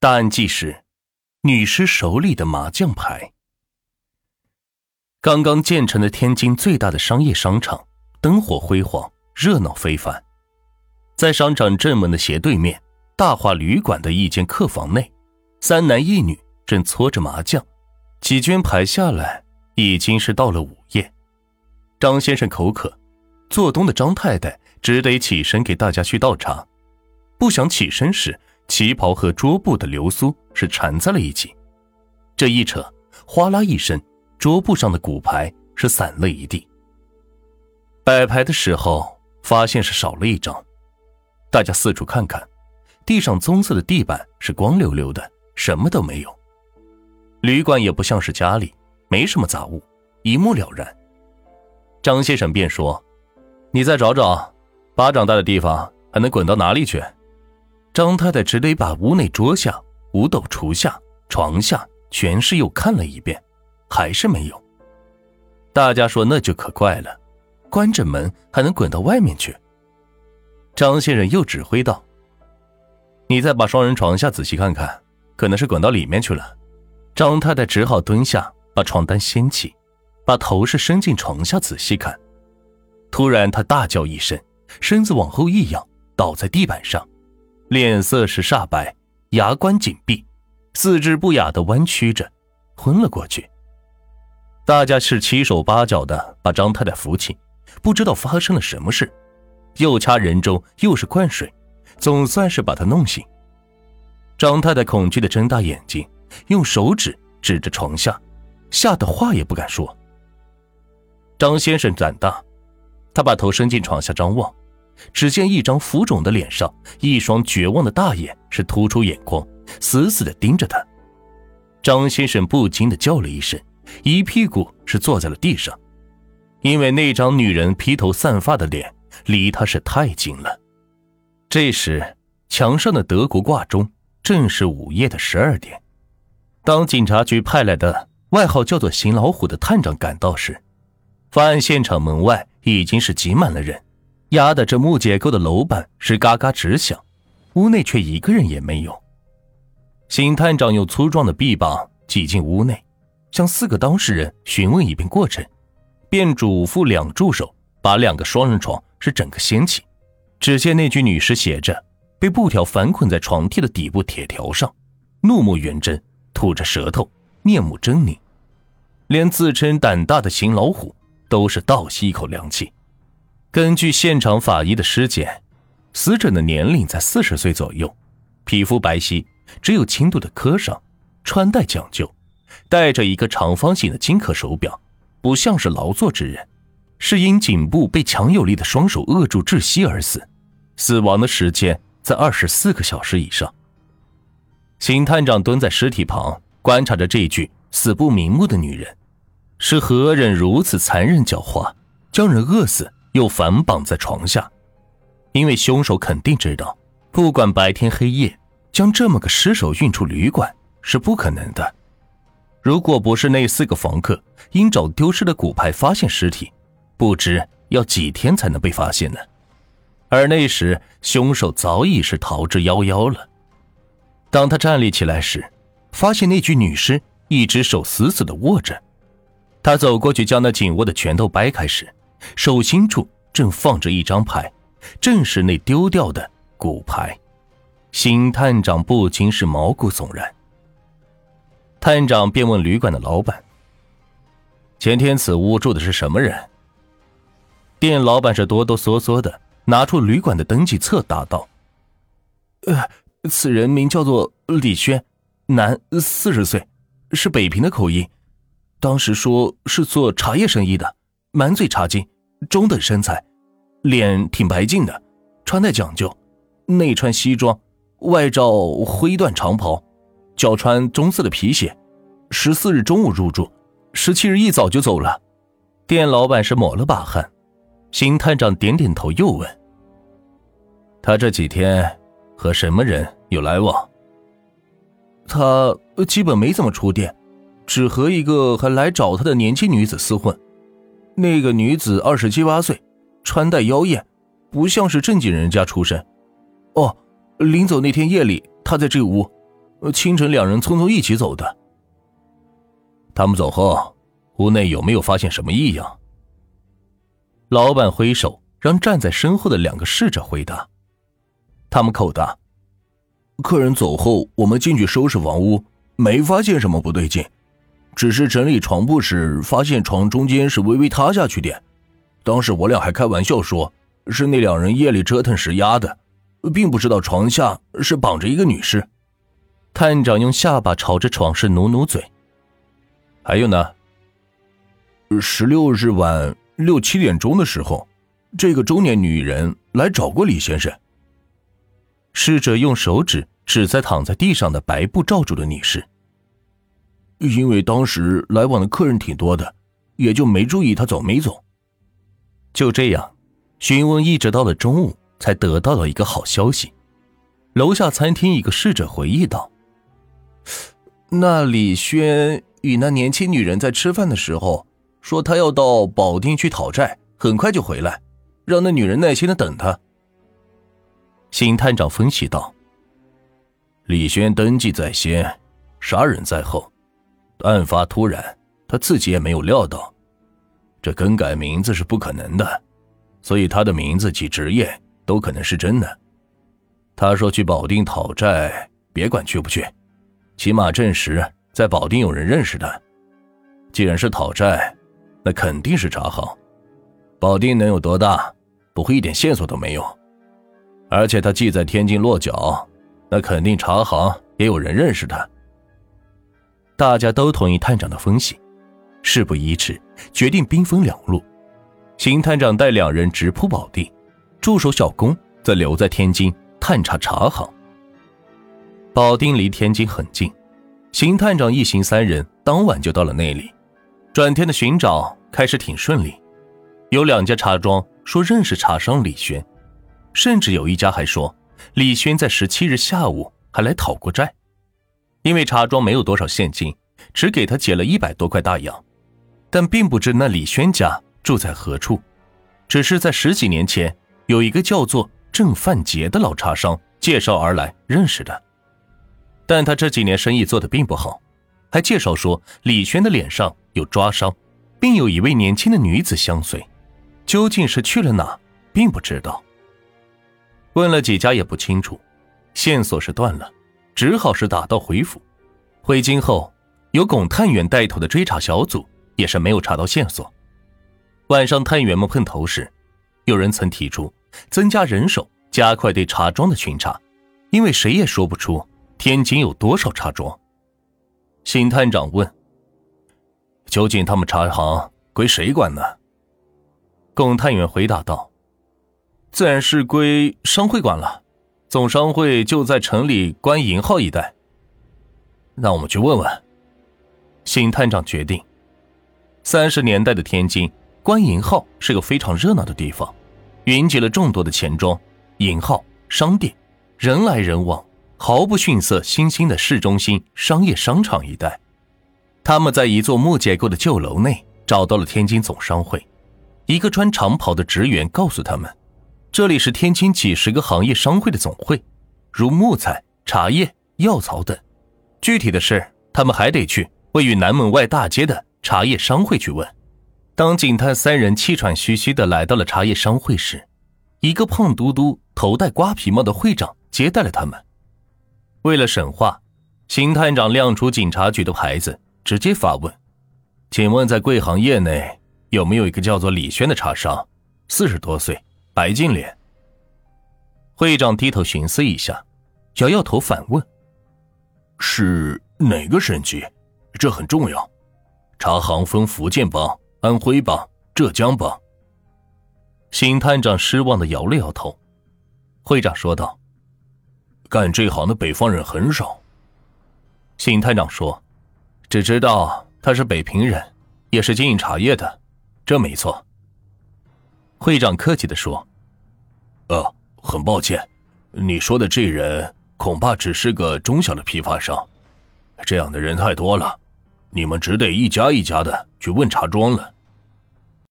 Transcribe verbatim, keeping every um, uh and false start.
大案纪实：女尸手里的麻将牌。刚刚建成的天津最大的商业商场，灯火辉煌，热闹非凡。在商场正门的斜对面，大华旅馆的一间客房内，三男一女正搓着麻将，几圈牌下来，已经是到了午夜。张先生口渴，做东的张太太只得起身给大家去倒茶。不想起身时，旗袍和桌布的流苏是缠在了一起，这一扯，哗啦一声，桌布上的骨牌是散了一地。摆牌的时候发现是少了一张，大家四处看看，地上棕色的地板是光溜溜的，什么都没有。旅馆也不像是家里，没什么杂物，一目了然。张先生便说：你再找找，巴掌大的地方还能滚到哪里去？张太太只得把屋内桌下、五斗橱下、床下全是又看了一遍，还是没有。大家说那就可怪了，关着门还能滚到外面去。张先生又指挥道：你再把双人床下仔细看看，可能是滚到里面去了。张太太只好蹲下，把床单掀起，把头是伸进床下仔细看。突然她大叫一声，身子往后一仰，倒在地板上，脸色是煞白，牙关紧闭，四肢不雅地弯曲着，昏了过去。大家是七手八脚地把张太太扶起，不知道发生了什么事，又掐人中又是灌水，总算是把她弄醒。张太太恐惧地睁大眼睛，用手指指着床下，吓得话也不敢说。张先生胆大，他把头伸进床下张望，只见一张浮肿的脸上，一双绝望的大眼是突出眼眶，死死地盯着他。张先生不禁地叫了一声，一屁股是坐在了地上，因为那张女人披头散发的脸离他是太近了。这时墙上的德国挂钟正是午夜的十二点。当警察局派来的外号叫做邢老虎的探长赶到时，发案现场门外已经是挤满了人，压得这木结构的楼板是嘎嘎直响，屋内却一个人也没有。邢探长用粗壮的臂膀挤进屋内，向四个当事人询问一遍过程，便嘱咐两助手把两个双人床是整个掀起。只见那具女尸写着，被布条反捆在床屉的底部铁条上，怒目圆睁，吐着舌头，面目狰狞。连自称胆大的邢老虎都是倒吸一口凉气。根据现场法医的尸检，死者的年龄在四十岁左右，皮肤白皙，只有轻度的磕伤，穿戴讲究，戴着一个长方形的金壳手表，不像是劳作之人，是因颈部被强有力的双手扼住窒息而死，死亡的时间在二十四个小时以上。邢探长蹲在尸体旁，观察着这具死不瞑目的女人，是何人如此残忍狡猾，将人饿死又反绑在床下？因为凶手肯定知道，不管白天黑夜，将这么个尸首运出旅馆是不可能的。如果不是那四个房客因找丢失的骨牌发现尸体，不知要几天才能被发现呢。而那时凶手早已是逃之夭夭了。当他站立起来时，发现那具女尸一只手死死地握着。他走过去将那紧握的拳头掰开时，手心处正放着一张牌，正是那丢掉的骨牌。邢探长不禁是毛骨悚然。探长便问旅馆的老板：前天此屋住的是什么人？店老板是哆哆嗦嗦的拿出旅馆的登记册答道：呃，此人名叫做李轩，男，四十岁，是北平的口音，当时说是做茶叶生意的，满嘴茶经，中等身材，脸挺白净的，穿戴讲究，内穿西装，外罩灰缎长袍，脚穿棕色的皮鞋。十四日中午入住，十七日一早就走了。店老板是抹了把汗。邢探长点点头，又问：他这几天和什么人有来往？他基本没怎么出店，只和一个还来找他的年轻女子厮混。那个女子二十七八岁，穿戴妖艳，不像是正经人家出身。哦，临走那天夜里，他在这屋， 清晨两人匆匆一起走的。他们走后，屋内有没有发现什么异样？老板挥手让站在身后的两个侍者回答。他们口答：客人走后，我们进去收拾房屋，没发现什么不对劲，只是整理床铺时发现床中间是微微塌下去点。当时我俩还开玩笑说，是那两人夜里折腾时压的，并不知道床下是绑着一个女尸。探长用下巴朝着床室努努嘴。还有呢？十六日晚六七点钟的时候，这个中年女人来找过李先生。侍者用手指指在躺在地上的白布罩住的女尸。因为当时来往的客人挺多的，也就没注意她走没走。就这样，询问一直到了中午，才得到了一个好消息。楼下餐厅一个侍者回忆道：那李轩与那年轻女人在吃饭的时候，说他要到保定去讨债，很快就回来，让那女人耐心的等他。邢探长分析道：李轩登记在先，杀人在后，案发突然，他自己也没有料到，这更改名字是不可能的，所以他的名字及职业都可能是真的。他说去保定讨债，别管去不去，起码证实在保定有人认识他。既然是讨债，那肯定是茶行。保定能有多大，不会一点线索都没有。而且他既在天津落脚，那肯定茶行也有人认识他。大家都同意探长的分析，事不宜迟，决定兵分两路。邢探长带两人直扑保定，助手小龚则留在天津探查茶行。保定离天津很近，邢探长一行三人当晚就到了那里。转天的寻找开始挺顺利，有两家茶庄说认识茶商李轩，甚至有一家还说李轩在十七日下午还来讨过债。因为茶庄没有多少现金，只给他结了一百多块大洋，但并不知那李轩家住在何处，只是在十几年前有一个叫做郑范杰的老茶商介绍而来认识的。但他这几年生意做得并不好，还介绍说李轩的脸上有抓伤，并有一位年轻的女子相随，究竟是去了哪并不知道。问了几家也不清楚，线索是断了，只好是打道回府。回京后，由龚探员带头的追查小组也是没有查到线索。晚上探员们碰头时，有人曾提出增加人手，加快对茶庄的巡查，因为谁也说不出天津有多少茶庄。邢探长问：究竟他们茶行归谁管呢？龚探员回答道：自然是归商会管了，总商会就在城里关银号一带。那我们去问问。邢探长决定。三十年代的天津，关银号是个非常热闹的地方，云集了众多的钱庄、银号、商店，人来人往，毫不逊色新兴的市中心商业商场一带。他们在一座木结构的旧楼内找到了天津总商会，一个穿长袍的职员告诉他们，这里是天津几十个行业商会的总会，如木材、茶叶、药草等。具体的事他们还得去位于南门外大街的茶叶商会去问。当警探三人气喘吁吁地来到了茶叶商会时，一个胖嘟嘟头戴瓜皮帽的会长接待了他们。为了省话，邢探长亮出警察局的牌子，直接发问：请问在贵行业内有没有一个叫做李轩的茶商，四十多岁，白净脸？会长低头寻思一下，摇摇头反问：是哪个省级？这很重要。茶行分福建帮、安徽帮、浙江帮。邢探长失望地摇了摇头。会长说道：干这行的北方人很少。邢探长说：只知道他是北平人，也是经营茶叶的，这没错。会长客气地说：呃，很抱歉，你说的这人恐怕只是个中小的批发商，这样的人太多了，你们只得一家一家的去问茶庄了。